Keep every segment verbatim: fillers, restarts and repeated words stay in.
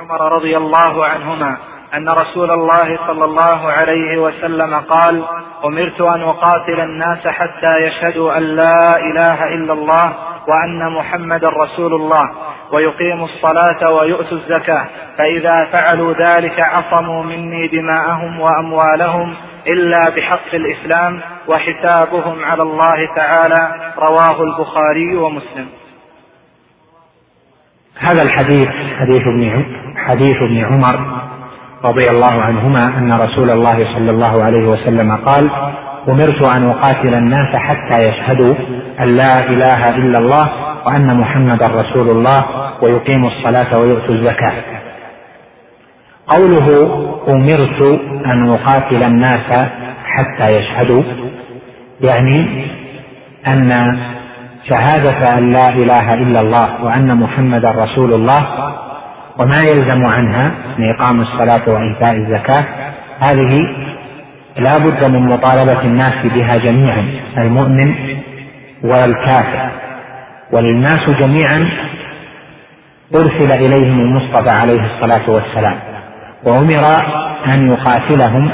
عمر رضي الله عنهما أن رسول الله صلى الله عليه وسلم قال: أمرت أن أقاتل الناس حتى يشهدوا أن لا إله إلا الله وأن محمد رسول الله ويقيموا الصلاة ويؤتوا الزكاة، فإذا فعلوا ذلك عصموا مني دماءهم وأموالهم إلا بحق الإسلام وحسابهم على الله تعالى. رواه البخاري ومسلم. هذا الحديث حديث ابن حديث ابن عمر رضي الله عنهما أن رسول الله صلى الله عليه وسلم قال: أمرت أن أقاتل الناس حتى يشهدوا أن لا إله إلا الله وأن محمد رسول الله ويقيموا الصلاة ويؤتوا الزكاة. قوله أمرت أن أقاتل الناس حتى يشهدوا يعني أن شهادة أن لا إله إلا الله وأن محمد رسول الله وما يلزم عنها من إقام الصلاة وإيتاء الزكاة هذه لا بد من مطالبة الناس بها جميعا، المؤمن والكافر، وللناس جميعا أرسل إليهم المصطفى عليه الصلاة والسلام، وأمر أن يقاتلهم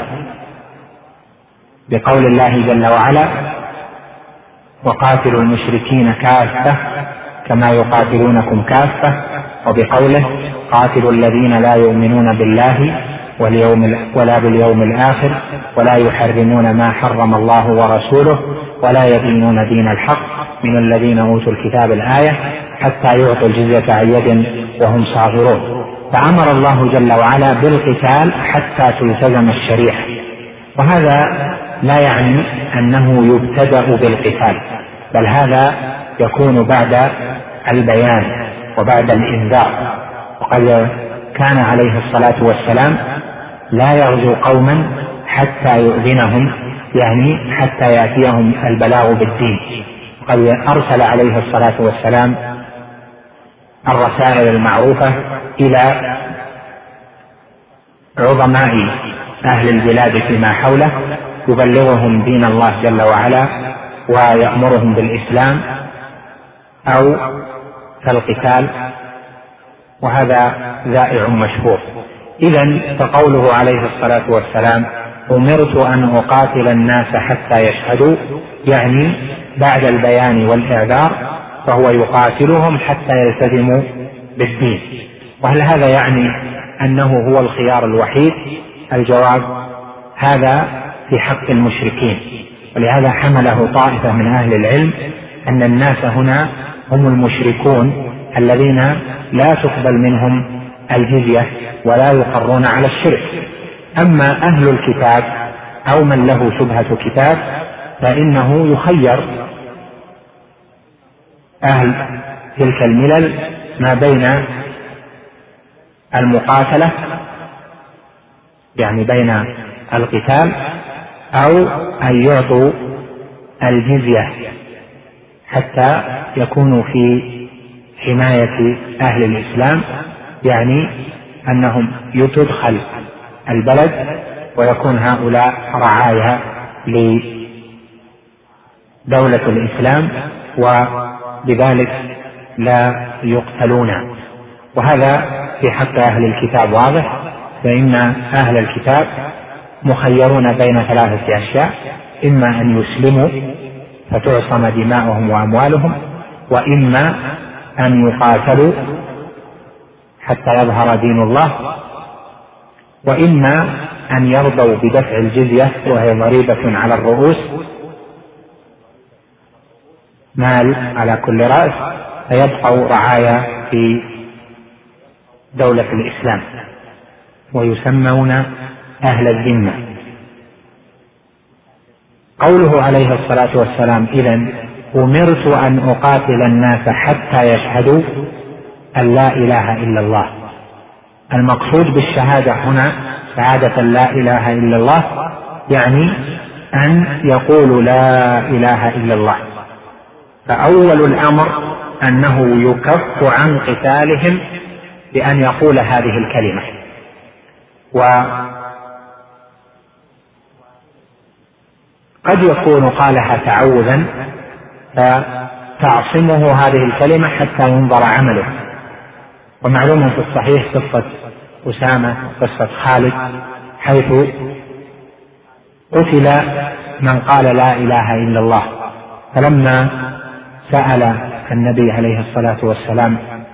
بقول الله جل وعلا: وقاتلوا المشركين كافة كما يقاتلونكم كافة، وبقوله: قاتلوا الذين لا يؤمنون بالله واليوم ولا باليوم الآخر ولا يحرمون ما حرم الله ورسوله ولا يدينون دين الحق من الذين أوتوا الكتاب الآية حتى يعطوا الجزية عن يد وهم صاغرون. فأمر الله جل وعلا بالقتال حتى تلتزم الشريعة، وهذا لا يعني أنه يبتدأ بالقتال، بل هذا يكون بعد البيان وبعد الإنذار. وقد كان عليه الصلاة والسلام لا يغزو قوما حتى يؤذنهم، يعني حتى يأتيهم البلاغ بالدين. وقد أرسل عليه الصلاة والسلام الرسائل المعروفة إلى عظماء أهل البلاد فيما حوله يبلغهم دين الله جل وعلا ويأمرهم بالإسلام أو كالقتال، وهذا ذائع مشهور. إذن فقوله عليه الصلاة والسلام: أمرت أن أقاتل الناس حتى يشهدوا يعني بعد البيان والإعذار فهو يقاتلهم حتى يلتزموا بالدين. وهل هذا يعني أنه هو الخيار الوحيد؟ الجواب: هذا في حق المشركين، ولهذا حمله طائفة من أهل العلم أن الناس هنا هم المشركون الذين لا تقبل منهم الجزية ولا يقرون على الشرك. أما أهل الكتاب أو من له شبهة كتاب فإنه يخير أهل تلك الملل ما بين المقاتلة يعني بين القتال أو أن يعطوا الجزية حتى يكونوا في حماية أهل الإسلام، يعني أنهم يدخل البلد ويكون هؤلاء رعايا لدولة الإسلام وبذلك لا يقتلون. وهذا في حق أهل الكتاب واضح، فإن أهل الكتاب مخيرون بين ثلاثة أشياء: إما أن يسلموا فتعصم دماؤهم وأموالهم، وإما أن يقاتلوا حتى يظهر دين الله، وإما أن يرضوا بدفع الجزية وهي ضريبة على الرؤوس مال على كل رأس فيبقوا رعايا في دولة الإسلام ويسمون أهل الذمة. قوله عليه الصلاة والسلام: إذن أمرت أن أقاتل الناس حتى يشهدوا أن لا إله إلا الله. المقصود بالشهادة هنا شهادة لا إله إلا الله يعني أن يقولوا لا إله إلا الله. فأول الأمر أنه يكف عن قتالهم بأن يقول هذه الكلمة، وقد يكون قالها تعوذا فتعصمه هذه الكلمة حتى ينظر عمله. ومعلوم في الصحيح قصة أسامة وقصة خالد، حيث قتل من قال لا إله إلا الله، فلما سأل النبي عليه الصلاة والسلام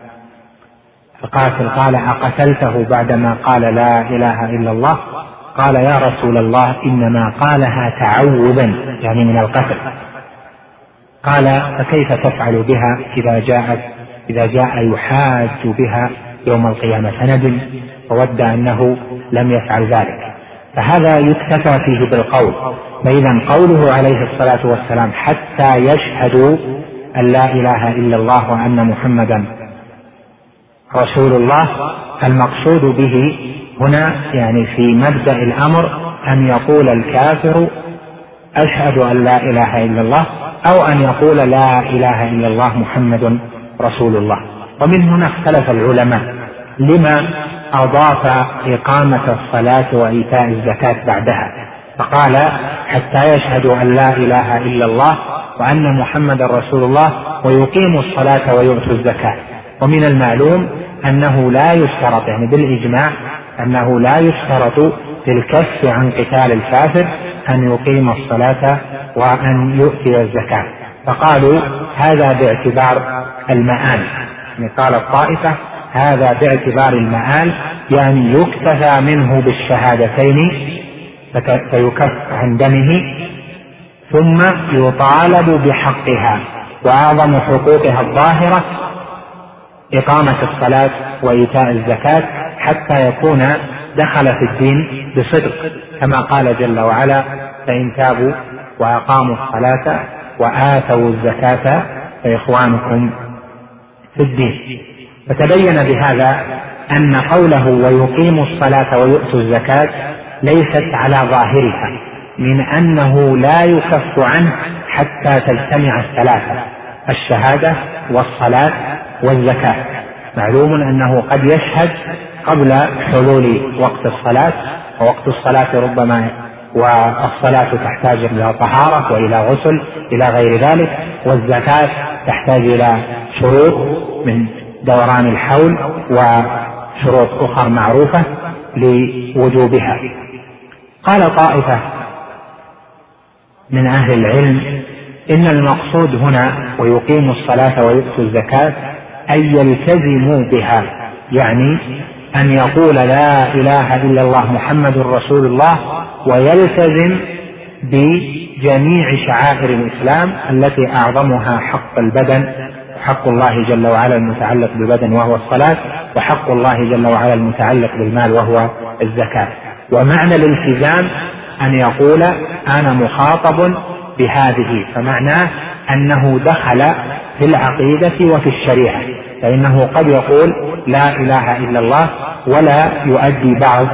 القاتل قال أقتلته بعدما قال لا إله إلا الله؟ قال يا رسول الله إنما قالها تعوذا يعني من القتل. قال فكيف تفعل بها إذا جاءت إذا جاء يحاج بها يوم القيامة؟ فندم وود أنه لم يفعل ذلك. فهذا يكتفى فيه بالقول. فإذا قوله عليه الصلاة والسلام حتى يشهدوا أن لا إله إلا الله وأن محمدا رسول الله، المقصود به هنا يعني في مبدأ الأمر أن يقول الكافر أشهد أن لا إله إلا الله، أو أن يقول لا إله إلا الله محمد رسول الله. ومن هنا اختلف العلماء لما أضاف إقامة الصلاة وإيتاء الزكاة بعدها، فقال حتى يشهدوا أن لا إله إلا الله وأن محمد رسول الله ويقيموا الصلاة ويؤتوا الزكاة. ومن المعلوم أنه لا يشترط يعني بالإجماع أنه لا يشترط في الكف عن قتال الكافر أن يقيم الصلاة وأن يؤتي الزكاة، فقالوا هذا باعتبار المآل. يعني قال الطائفة هذا باعتبار المآل، يعني يكتفى منه بالشهادتين فيكف عن دمه، ثم يطالب بحقها، وأعظم حقوقها الظاهرة إقامة الصلاة وإيتاء الزكاة حتى يكون دخل في الدين بصدق، كما قال جل وعلا فإن تابوا وأقاموا الصلاة وآتوا الزكاة فإخوانكم في الدين. فتبين بهذا أن قوله ويقيموا الصلاة ويؤتوا الزكاة ليست على ظاهرها، من أنه لا يكف عنه حتى تجتمع الثلاثة الشهادة والصلاة والزكاة. معلوم أنه قد يشهد قبل حلول وقت الصلاة، ووقت الصلاة ربما والصلاة تحتاج إلى طهارة وإلى غسل إلى غير ذلك، والزكاة تحتاج إلى شروط من دوران الحول وشروط أخرى معروفة لوجوبها. قال طائفة من أهل العلم إن المقصود هنا ويقيموا الصلاة ويؤتوا الزكاة أن يلتزموا بها، يعني أن يقول لا إله إلا الله محمد رسول الله ويلتزم بجميع شعائر الإسلام التي أعظمها حق البدن، حق الله جل وعلا المتعلق بالبدن وهو الصلاة، وحق الله جل وعلا المتعلق بالمال وهو الزكاة. ومعنى الالتزام أن يقول أنا مخاطب بهذه، فمعناه أنه دخل في العقيدة وفي الشريعة، فإنه قد يقول لا إله إلا الله ولا يؤدي بعض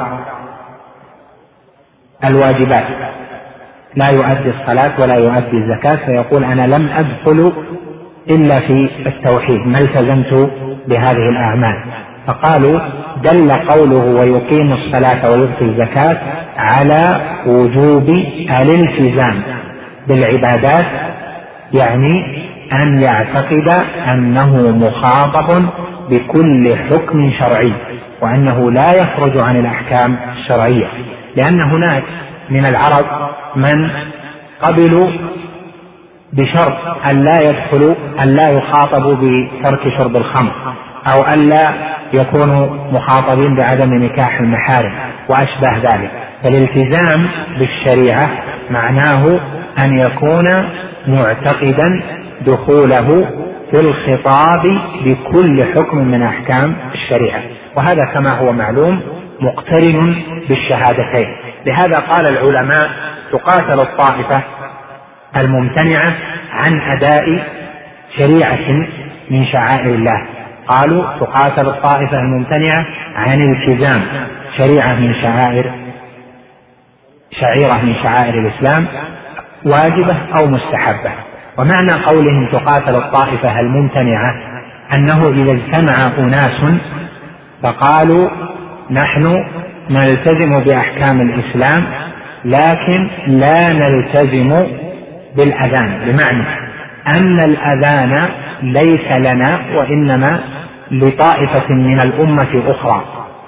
الواجبات، لا يؤدي الصلاة ولا يؤدي الزكاة، فيقول أنا لم أدخل إلا في التوحيد، ما التزمت بهذه الأعمال. فقالوا دل قوله ويقيم الصلاة ويؤتي الزكاة على وجوب الالتزام بالعبادات، يعني أن يعتقد أنه مخاطب بكل حكم شرعي، وأنه لا يخرج عن الأحكام الشرعية، لأن هناك من العرب من قبلوا بشرط أن لا يدخلوا أن لا يخاطبوا بترك شرب الخمر، أو أن لا يكونوا مخاطبين بعدم نكاح المحارم وأشبه ذلك. فالالتزام بالشريعة معناه أن يكون معتقدا دخوله في الخطاب بكل حكم من أحكام الشريعة، وهذا كما هو معلوم مقترن بالشهادتين. لهذا قال العلماء تقاتل الطائفة الممتنعة عن أداء شريعة من شعائر الله، قالوا تقاتل الطائفة الممتنعة عن التزام شريعة من شعائر شعيرة من شعائر الإسلام واجبة أو مستحبة. ومعنى قولهم تقاتل الطائفة الممتنعة أنه إذا اجتمع أناس فقالوا نحن نلتزم بأحكام الإسلام لكن لا نلتزم بالأذان، بمعنى أن الأذان ليس لنا وإنما لطائفة من الأمة أخرى،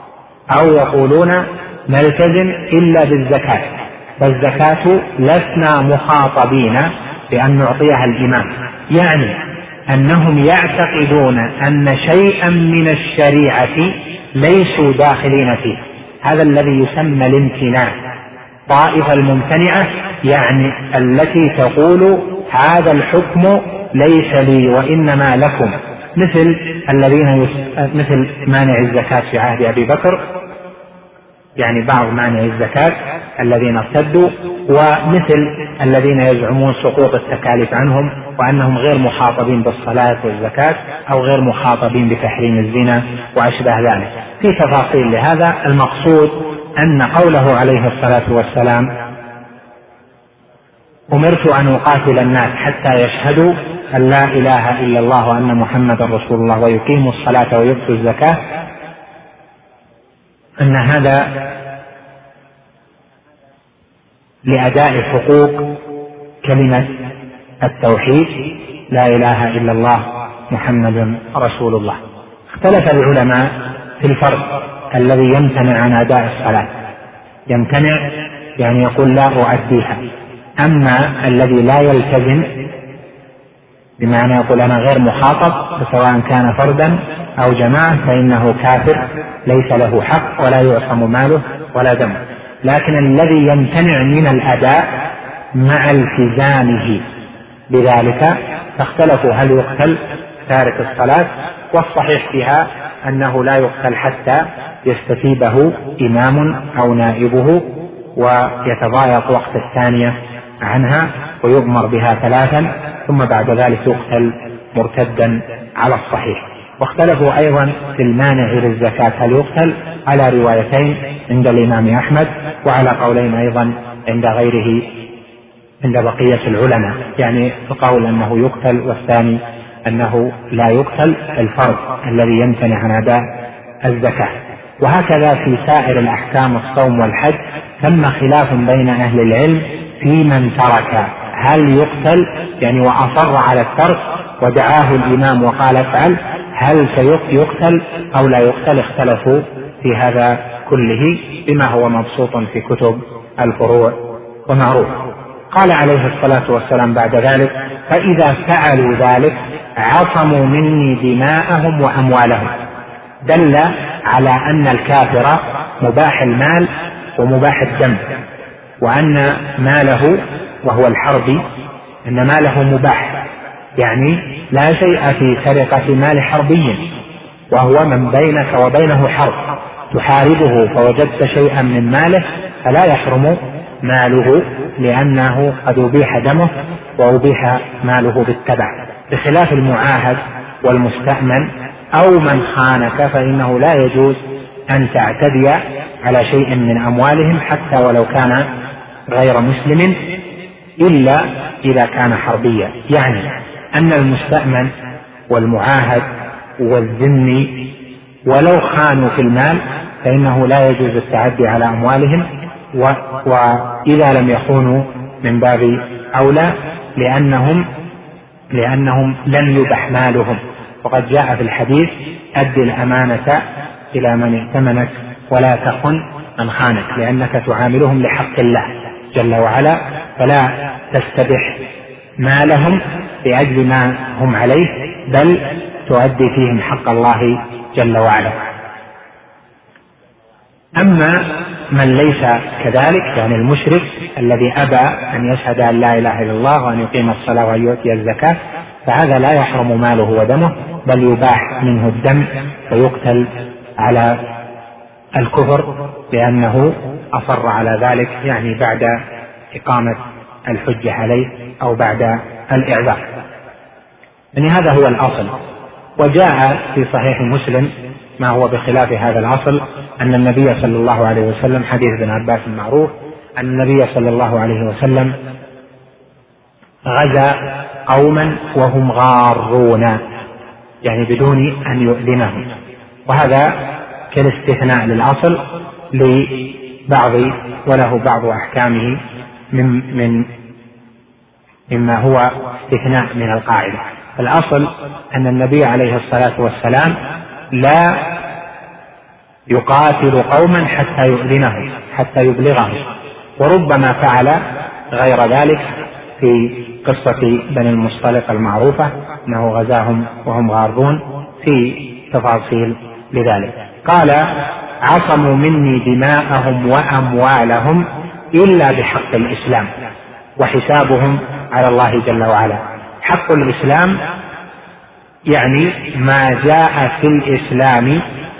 أو يقولون نلتزم إلا بالزكاة، فالزكاة لسنا مخاطبين بأن نعطيها الإمام، يعني أنهم يعتقدون أن شيئا من الشريعة ليسوا داخلين فيه. هذا الذي يسمى الامتناع. طائفة الممتنعة يعني التي تقول هذا الحكم ليس لي وإنما لكم، مثل الذين يس... مثل مانع الزكاة في عهد أبي بكر، يعني بعض مانع الزكاة الذين ارتدوا، ومثل الذين يزعمون سقوط التكاليف عنهم وأنهم غير مخاطبين بالصلاة والزكاة أو غير مخاطبين بتحريم الزنا وأشبه ذلك. في تفاصيل لهذا. المقصود أن قوله عليه الصلاة والسلام أمرت أن أقاتل الناس حتى يشهدوا أن لا إله إلا الله وأن محمدا رسول الله ويقيموا الصلاة ويؤتوا الزكاة، أن هذا لأداء حقوق كلمة التوحيد لا إله إلا الله محمد رسول الله. اختلف العلماء في الفرد الذي يمتنع عن أداء الصلاة، يمتنع يعني يقول لا أؤديها. أما الذي لا يلتزم بمعنى يقول أنا غير مخاطب، فسواء كان فردا أو جماعة فإنه كافر ليس له حق ولا يعصم ماله ولا دمه. لكن الذي يمتنع من الأداء مع التزامه بذلك فاختلفوا هل يقتل تارك الصلاة، والصحيح فيها أنه لا يقتل حتى يستتيبه إمام أو نائبه ويتضايق وقت الثانية عنها ويؤمر بها ثلاثا، ثم بعد ذلك يقتل مرتدا على الصحيح. واختلفوا أيضا في المانع للزكاة هل يقتل، على روايتين عند الإمام أحمد وعلى قولين أيضا عند غيره عند بقية العلماء، يعني قول أنه يقتل والثاني أنه لا يقتل الفرد الذي يمتنع عن أداء الزكاة. وهكذا في سائر الأحكام الصوم والحج ثم خلاف بين أهل العلم في من ترك هل يقتل يعني وأصر على الترك ودعاه الإمام وقال افعل، هل سيقتل أو لا يقتل. اختلفوا في هذا كله بما هو مبسوط في كتب الفروع ومعروف. قال عليه الصلاة والسلام بعد ذلك فإذا فعلوا ذلك عصموا مني دماءهم وأموالهم، دل على أن الكافر مباح المال ومباح الدم، وأن ماله وهو الحربي أن ماله مباح، يعني لا شيء في سرقة مال حربي وهو من بينك وبينه حرب تحاربه فوجدت شيئا من ماله فلا يحرم ماله لأنه قد أبيح دمه وأبيح ماله بالتبع، بخلاف المعاهد والمستأمن أو من خانك فإنه لا يجوز أن تعتدي على شيء من أموالهم حتى ولو كان غير مسلم إلا إذا كان حربيا. يعني أن المستأمن والمعاهد والذمي ولو خانوا في المال فإنه لا يجوز التعدي على أموالهم، و... وإذا لم يخونوا من باب أولى لأنهم لأنهم لن يبح مالهم. وقد جاء في الحديث أد الأمانة إلى من ائتمنك ولا تخن من خانك، لأنك تعاملهم لحق الله جل وعلا، فلا تستبح مالهم لأجل ما هم عليه بل تؤدي فيهم حق الله جل وعلا. أما من ليس كذلك يعني المشرك الذي أبى أن يشهد أن لا إله إلا الله وأن يقيم الصلاة وأن يؤتي الزكاة فهذا لا يحرم ماله ودمه بل يباح منه الدم ويقتل على الكفر لأنه أصر على ذلك، يعني بعد إقامة الحجة عليه أو بعد الإعذار. يعني هذا هو الأصل. وجاء في صحيح مسلم ما هو بخلاف هذا الأصل أن النبي صلى الله عليه وسلم حديث ابن عباس المعروف أن النبي صلى الله عليه وسلم غزا قوما وهم غارون يعني بدون أن يؤذنهم، وهذا كالاستثناء للأصل لبعض وله بعض أحكامه من من مما هو استثناء من القاعدة. الأصل أن النبي عليه الصلاة والسلام لا يقاتل قوما حتى يؤذنهم حتى يبلغهم، وربما فعل غير ذلك في قصة بني المصطلق المعروفة أنه غزاهم وهم غارون في تفاصيل لذلك. قال عصموا مني دماءهم وأموالهم إلا بحق الإسلام وحسابهم على الله جل وعلا. حق الإسلام يعني ما جاء في الإسلام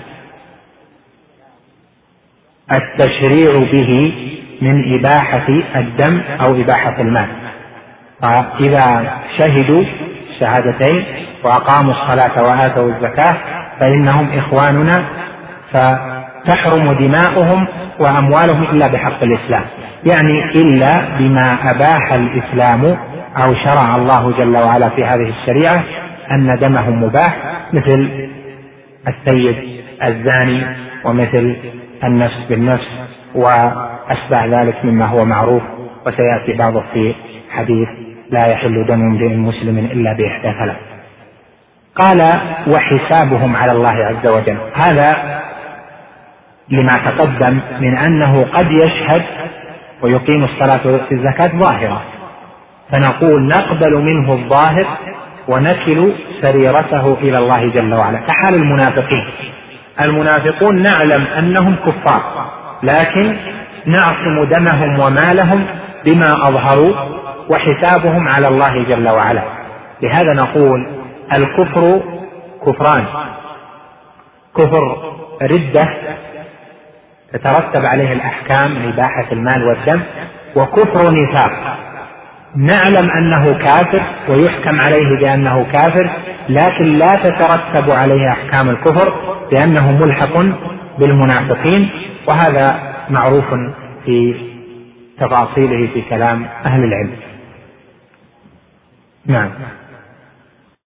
التشريع به من إباحة الدم أو إباحة المال. فإذا شهدوا الشهادتين وأقاموا الصلاة وآتوا الزكاة فإنهم إخواننا، فتحرم دماؤهم وأموالهم إلا بحق الإسلام، يعني إلا بما أباح الإسلام أو شرع الله جل وعلا في هذه الشريعة أن دمهم مباح، مثل السيد الزاني ومثل النفس بالنفس وأشبه ذلك مما هو معروف، وسيأتي بعضه في حديث لا يحل دم امرئ مسلم إلا بإحدى ثلاث. قال وحسابهم على الله عز وجل، هذا لما تقدم من أنه قد يشهد ويقيم الصلاة والزكاة ظاهرة، فنقول نقبل منه الظاهر ونكل سريرته إلى الله جل وعلا، كحال المنافقين. المنافقون نعلم أنهم كفار، لكن نعصم دمهم ومالهم بما أظهروا وحسابهم على الله جل وعلا. لهذا نقول الكفر كفران: كفر ردة تترتب عليه الأحكام من إباحة المال والدم، وكفر نفاق نعلم أنه كافر ويحكم عليه بأنه كافر، لكن لا تترتب عليه أحكام الكفر لأنه ملحق بالمنافقين، وهذا معروف في تفاصيله في كلام أهل العلم. نعم.